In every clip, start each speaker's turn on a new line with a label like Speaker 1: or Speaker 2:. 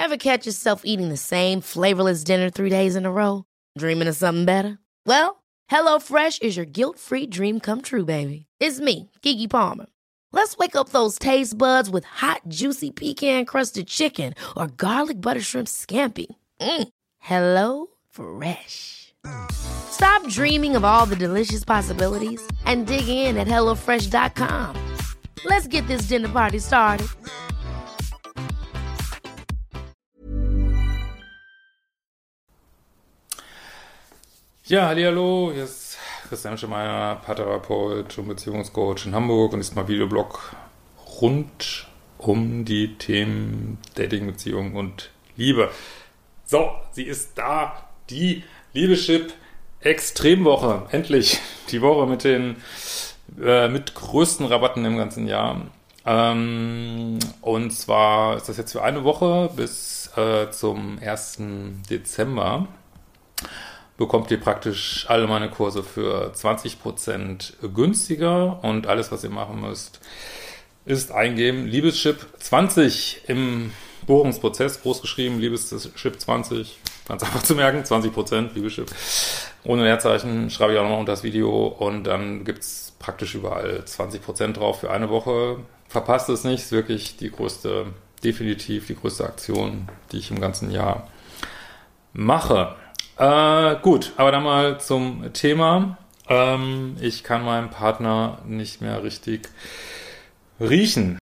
Speaker 1: Ever catch yourself eating the same flavorless dinner 3 days in a row? Dreaming of something better? Well, HelloFresh is your guilt-free dream come true, baby. It's me, Keke Palmer. Let's wake up those taste buds with hot, juicy pecan-crusted chicken or garlic butter shrimp scampi. Hello Fresh. Stop dreaming of all the delicious possibilities and dig in at HelloFresh.com. Let's get this dinner party started.
Speaker 2: Ja, hallihallo, hier ist Christian Schemeier, Paartherapeut und Beziehungscoach in Hamburg und ist mal Videoblog rund um die Themen Dating, Beziehung und Liebe. So, sie ist da, die Liebeschip Extremwoche. Endlich die Woche mit den mit größten Rabatten im ganzen Jahr. Und zwar ist das jetzt für eine Woche bis zum 1. Dezember. Bekommt ihr praktisch alle meine Kurse für 20% günstiger und alles, was ihr machen müsst, ist eingeben Liebeschip 20 im Buchungsprozess, groß geschrieben, Liebeschip 20, ganz einfach zu merken, 20% Liebeschip, ohne Leerzeichen, schreibe ich auch nochmal unter das Video und dann gibt's praktisch überall 20% drauf für eine Woche. Verpasst es nicht, ist wirklich definitiv die größte Aktion, die ich im ganzen Jahr mache. Gut, aber dann mal zum Thema. Ich kann meinen Partner nicht mehr richtig riechen.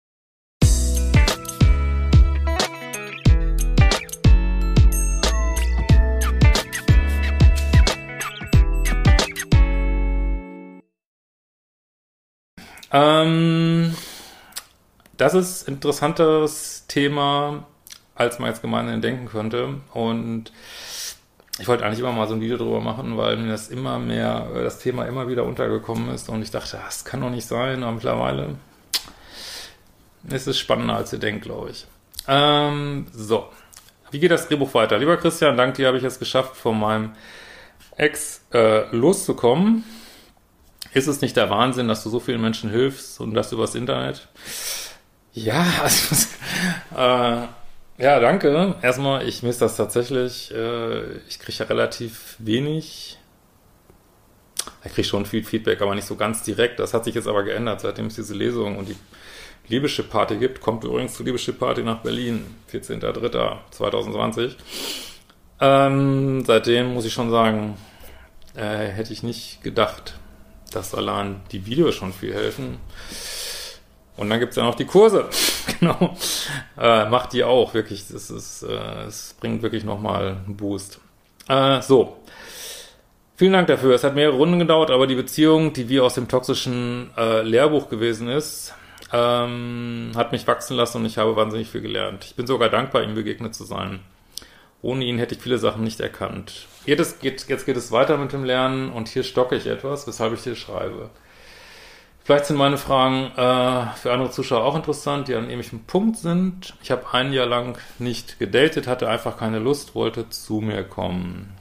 Speaker 2: Das ist ein interessantes Thema, als man jetzt gemeinhin denken könnte. Und ich wollte eigentlich immer mal so ein Video drüber machen, weil mir das Thema immer wieder untergekommen ist und ich dachte, das kann doch nicht sein, aber mittlerweile ist es spannender, als ihr denkt, glaube ich. So, wie geht das Drehbuch weiter? Lieber Christian, dank dir habe ich es geschafft, von meinem Ex loszukommen. Ist es nicht der Wahnsinn, dass du so vielen Menschen hilfst und das übers Internet? Ja, also ja, danke. Erstmal, ich misse das tatsächlich. Ich kriege ja relativ wenig. Ich kriege schon viel Feedback, aber nicht so ganz direkt. Das hat sich jetzt aber geändert, seitdem es diese Lesung und die Liebeschip-Party gibt. Kommt übrigens zur Liebeschip-Party nach Berlin, 14.03.2020. Seitdem muss ich schon sagen, hätte ich nicht gedacht, dass allein die Videos schon viel helfen. Und dann gibt's ja noch die Kurse. Genau. Macht die auch, wirklich. Es bringt wirklich nochmal einen Boost. So. Vielen Dank dafür. Es hat mehrere Runden gedauert, aber die Beziehung, die wie aus dem toxischen Lehrbuch gewesen ist, hat mich wachsen lassen und ich habe wahnsinnig viel gelernt. Ich bin sogar dankbar, ihm begegnet zu sein. Ohne ihn hätte ich viele Sachen nicht erkannt. Jetzt geht es weiter mit dem Lernen und hier stocke ich etwas, weshalb ich dir schreibe. Vielleicht sind meine Fragen für andere Zuschauer auch interessant, die an einem ähnlichen Punkt sind. Ich habe ein Jahr lang nicht gedatet, hatte einfach keine Lust, wollte zu mir kommen.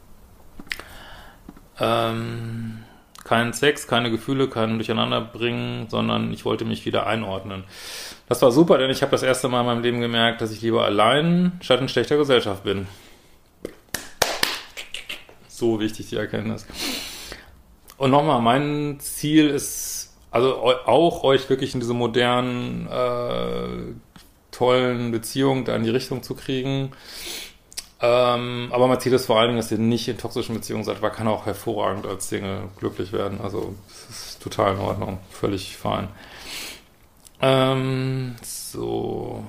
Speaker 2: Keinen Sex, keine Gefühle, kein Durcheinanderbringen, sondern ich wollte mich wieder einordnen. Das war super, denn ich habe das erste Mal in meinem Leben gemerkt, dass ich lieber allein statt in schlechter Gesellschaft bin. So wichtig, die Erkenntnis. Und nochmal, mein Ziel ist, also auch euch wirklich in diese modernen, tollen Beziehungen da in die Richtung zu kriegen. Aber mein Ziel ist vor allen Dingen, dass ihr nicht in toxischen Beziehungen seid. Man kann auch hervorragend als Single glücklich werden. Also das ist total in Ordnung. Völlig fein. So.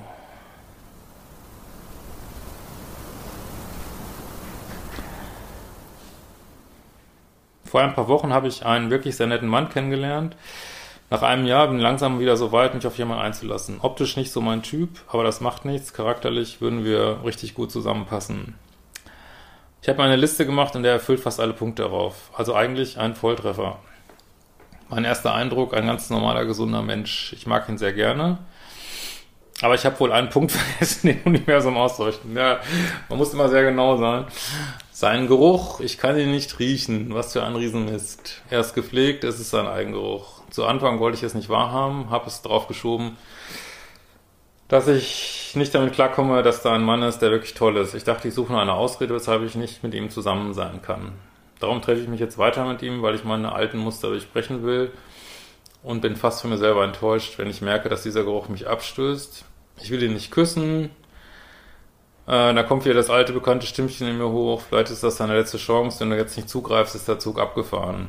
Speaker 2: Vor ein paar Wochen habe ich einen wirklich sehr netten Mann kennengelernt. Nach einem Jahr bin ich langsam wieder so weit, mich auf jemanden einzulassen. Optisch nicht so mein Typ, aber das macht nichts. Charakterlich würden wir richtig gut zusammenpassen. Ich habe eine Liste gemacht und der erfüllt fast alle Punkte darauf. Also eigentlich ein Volltreffer. Mein erster Eindruck, ein ganz normaler, gesunder Mensch. Ich mag ihn sehr gerne. Aber ich habe wohl einen Punkt vergessen, den Universum auszuleuchten. Ja, man muss immer sehr genau sein. Sein Geruch, ich kann ihn nicht riechen. Was für ein Riesenmist. Er ist gepflegt, es ist sein Eigengeruch. Zu Anfang wollte ich es nicht wahrhaben, habe es drauf geschoben. dass ich nicht damit klarkomme, dass da ein Mann ist, der wirklich toll ist. Ich dachte, ich suche nur eine Ausrede, weshalb ich nicht mit ihm zusammen sein kann. Darum treffe ich mich jetzt weiter mit ihm, weil ich meine alten Muster durchbrechen will und bin fast für mir selber enttäuscht, wenn ich merke, dass dieser Geruch mich abstößt. Ich will ihn nicht küssen. Da kommt wieder das alte, bekannte Stimmchen in mir hoch. Vielleicht ist das deine letzte Chance. Wenn du jetzt nicht zugreifst, ist der Zug abgefahren.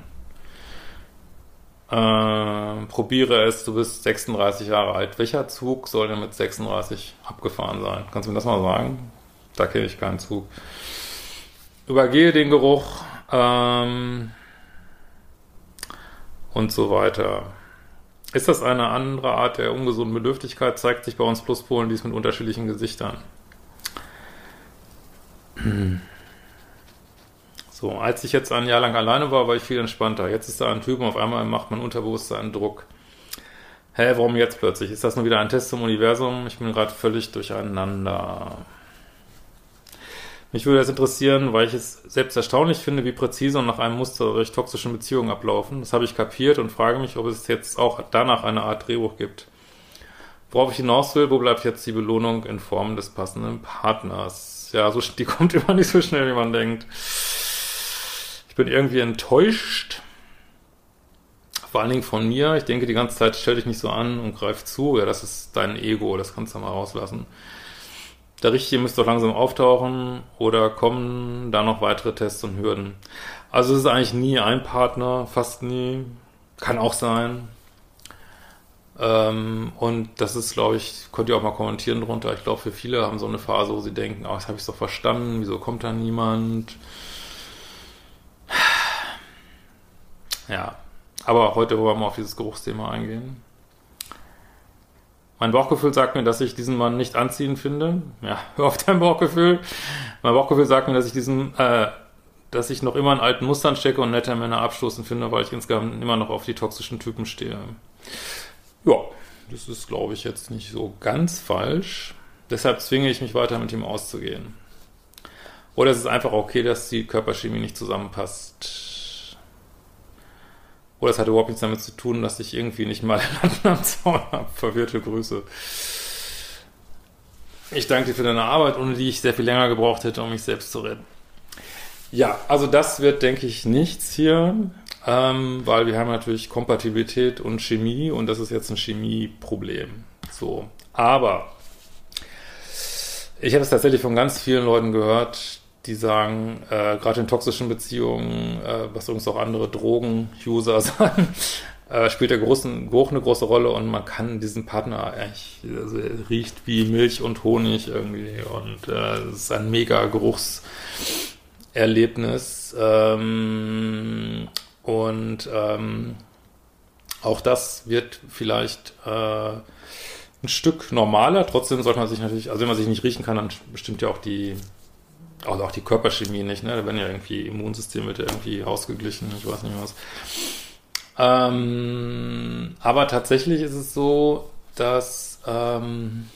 Speaker 2: Probiere es, du bist 36 Jahre alt. Welcher Zug soll denn mit 36 abgefahren sein? Kannst du mir das mal sagen? Da kenne ich keinen Zug. Übergehe den Geruch und so weiter. Ist das eine andere Art der ungesunden Bedürftigkeit? Zeigt sich bei uns Pluspolen dies mit unterschiedlichen Gesichtern. So, als ich jetzt ein Jahr lang alleine war ich viel entspannter. Jetzt ist da ein Typ und auf einmal macht mein Unterbewusstsein Druck. Hä, warum jetzt plötzlich? Ist das nur wieder ein Test zum Universum? Ich bin gerade völlig durcheinander. Mich würde das interessieren, weil ich es selbst erstaunlich finde, wie präzise und nach einem Muster solche toxischen Beziehungen ablaufen. Das habe ich kapiert und frage mich, ob es jetzt auch danach eine Art Drehbuch gibt. Worauf ich hinaus will, wo bleibt jetzt die Belohnung in Form des passenden Partners? Ja, die kommt immer nicht so schnell, wie man denkt. Ich bin irgendwie enttäuscht. Vor allen Dingen von mir. Ich denke die ganze Zeit, stell dich nicht so an und greif zu. Ja, das ist dein Ego, das kannst du mal rauslassen. Der Richtige müsste doch langsam auftauchen oder kommen da noch weitere Tests und Hürden. Also es ist eigentlich nie ein Partner, fast nie. Kann auch sein. Und das ist, glaube ich, könnt ihr auch mal kommentieren drunter. Ich glaube, für viele haben so eine Phase, wo sie denken, jetzt habe ich es doch verstanden, wieso kommt da niemand? Ja, aber heute wollen wir mal auf dieses Geruchsthema eingehen. Mein Bauchgefühl sagt mir, dass ich diesen Mann nicht anziehend finde. Ja, hör auf dein Bauchgefühl. Mein Bauchgefühl sagt mir, dass ich noch immer in alten Mustern stecke und nette Männer abstoßend finde, weil ich insgesamt immer noch auf die toxischen Typen stehe. Ja, das ist, glaube ich, jetzt nicht so ganz falsch. Deshalb zwinge ich mich weiter, mit ihm auszugehen. Oder es ist einfach okay, dass die Körperchemie nicht zusammenpasst. Oder es hat überhaupt nichts damit zu tun, dass ich irgendwie nicht mal Latten am Zaun habe. Verwirrte Grüße. Ich danke dir für deine Arbeit, ohne die ich sehr viel länger gebraucht hätte, um mich selbst zu retten. Ja, also das wird, denke ich, nichts hier, weil wir haben natürlich Kompatibilität und Chemie und das ist jetzt ein Chemieproblem. So, aber ich habe es tatsächlich von ganz vielen Leuten gehört, die sagen, gerade in toxischen Beziehungen, was übrigens auch andere Drogen-User sagen, spielt der Geruch eine große Rolle und man kann diesen Partner eigentlich, also er riecht wie Milch und Honig irgendwie und es ist ein mega Geruchserlebnis auch das wird vielleicht ein Stück normaler, trotzdem sollte man sich natürlich, also wenn man sich nicht riechen kann, dann bestimmt ja auch die Körperchemie nicht, ne? Da werden ja irgendwie Immunsystem wird ja irgendwie ausgeglichen, ich weiß nicht was. Aber tatsächlich ist es so, dass wenn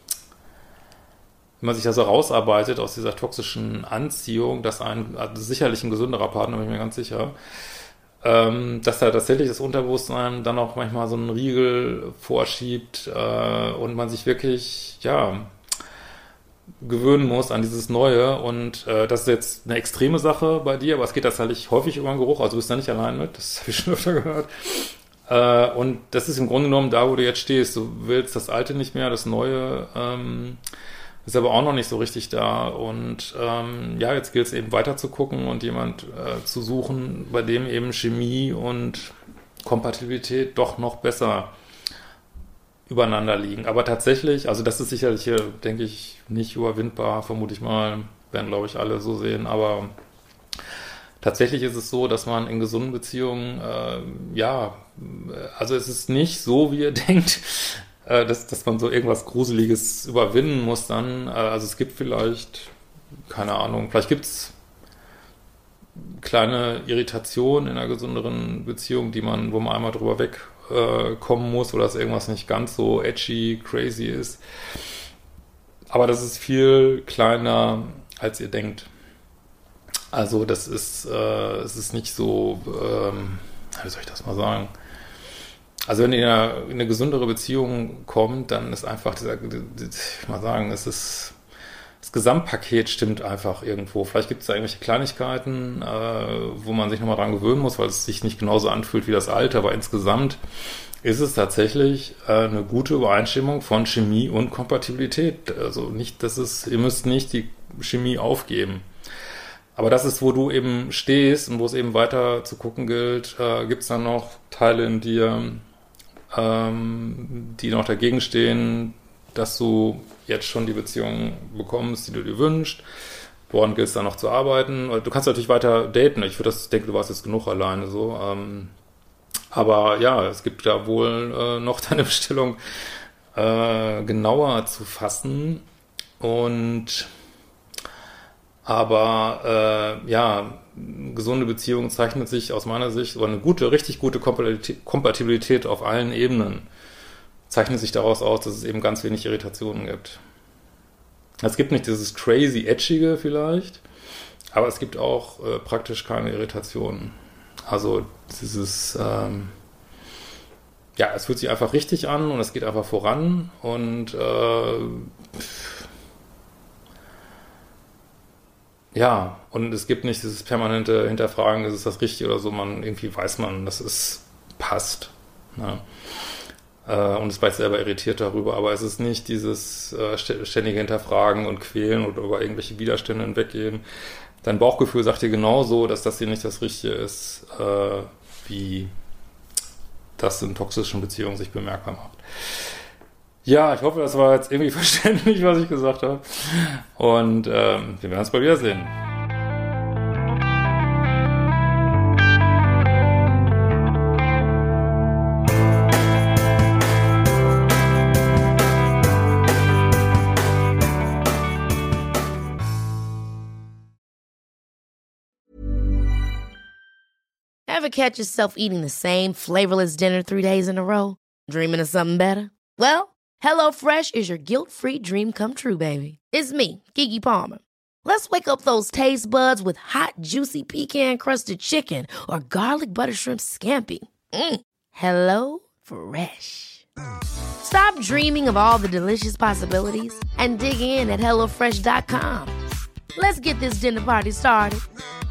Speaker 2: man sich da so rausarbeitet aus dieser toxischen Anziehung, dass also sicherlich ein gesünderer Partner, bin ich mir ganz sicher, dass da tatsächlich das Unterbewusstsein dann auch manchmal so einen Riegel vorschiebt und man sich wirklich, gewöhnen muss an dieses Neue und das ist jetzt eine extreme Sache bei dir, aber es geht tatsächlich häufig über den Geruch, also du bist da nicht allein mit, das habe ich schon öfter gehört. Und das ist im Grunde genommen da, wo du jetzt stehst. Du willst das Alte nicht mehr, das Neue ist aber auch noch nicht so richtig da und jetzt gilt es eben weiter zu gucken und jemand zu suchen, bei dem eben Chemie und Kompatibilität doch noch besser übereinander liegen. Aber tatsächlich, also das ist sicherlich hier, denke ich, nicht überwindbar, vermute ich mal, werden glaube ich alle so sehen, aber tatsächlich ist es so, dass man in gesunden Beziehungen, also es ist nicht so, wie ihr denkt, dass man so irgendwas Gruseliges überwinden muss dann. Also es gibt vielleicht, keine Ahnung, vielleicht gibt es kleine Irritationen in einer gesünderen Beziehung, wo man einmal drüber wegkommen muss oder dass irgendwas nicht ganz so edgy, crazy ist. Aber das ist viel kleiner, als ihr denkt. Also das ist, es ist nicht so, wie soll ich das mal sagen? Also wenn ihr in eine gesündere Beziehung kommt, dann ist einfach ich mal sagen, es ist, das Gesamtpaket stimmt einfach irgendwo. Vielleicht gibt es da irgendwelche Kleinigkeiten, wo man sich nochmal dran gewöhnen muss, weil es sich nicht genauso anfühlt wie das Alte, aber insgesamt ist es tatsächlich eine gute Übereinstimmung von Chemie und Kompatibilität. Also nicht, ihr müsst nicht die Chemie aufgeben. Aber das ist, wo du eben stehst und wo es eben weiter zu gucken gilt, gibt es dann noch Teile in dir, die noch dagegen stehen, dass du jetzt schon die Beziehung bekommst, die du dir wünschst. Woran gilt es dann noch zu arbeiten? Du kannst natürlich weiter daten. Ich denke, du warst jetzt genug alleine so. Aber ja, es gibt ja wohl noch deine Bestellung genauer zu fassen. Aber gesunde Beziehung zeichnet sich aus meiner Sicht, oder eine richtig gute Kompatibilität auf allen Ebenen, zeichnet sich daraus aus, dass es eben ganz wenig Irritationen gibt. Es gibt nicht dieses crazy Edgige vielleicht, aber es gibt auch praktisch keine Irritationen. Also dieses, es fühlt sich einfach richtig an und es geht einfach voran und und es gibt nicht dieses permanente Hinterfragen, ist es das Richtige oder so, irgendwie weiß man, dass es passt. Ne? Und ist vielleicht selber irritiert darüber, aber es ist nicht dieses ständige Hinterfragen und Quälen oder über irgendwelche Widerstände hinweggehen. Dein Bauchgefühl sagt dir genauso, dass das hier nicht das Richtige ist, wie das in toxischen Beziehungen sich bemerkbar macht. Ja, ich hoffe, das war jetzt irgendwie verständlich, was ich gesagt habe. Und wir werden uns bald wiedersehen.
Speaker 1: Ever catch yourself eating the same flavorless dinner 3 days in a row? Dreaming of something better? Well, HelloFresh is your guilt-free dream come true, baby. It's me, Keke Palmer. Let's wake up those taste buds with hot, juicy pecan-crusted chicken or garlic butter shrimp scampi. Hello Fresh. Stop dreaming of all the delicious possibilities and dig in at HelloFresh.com. Let's get this dinner party started.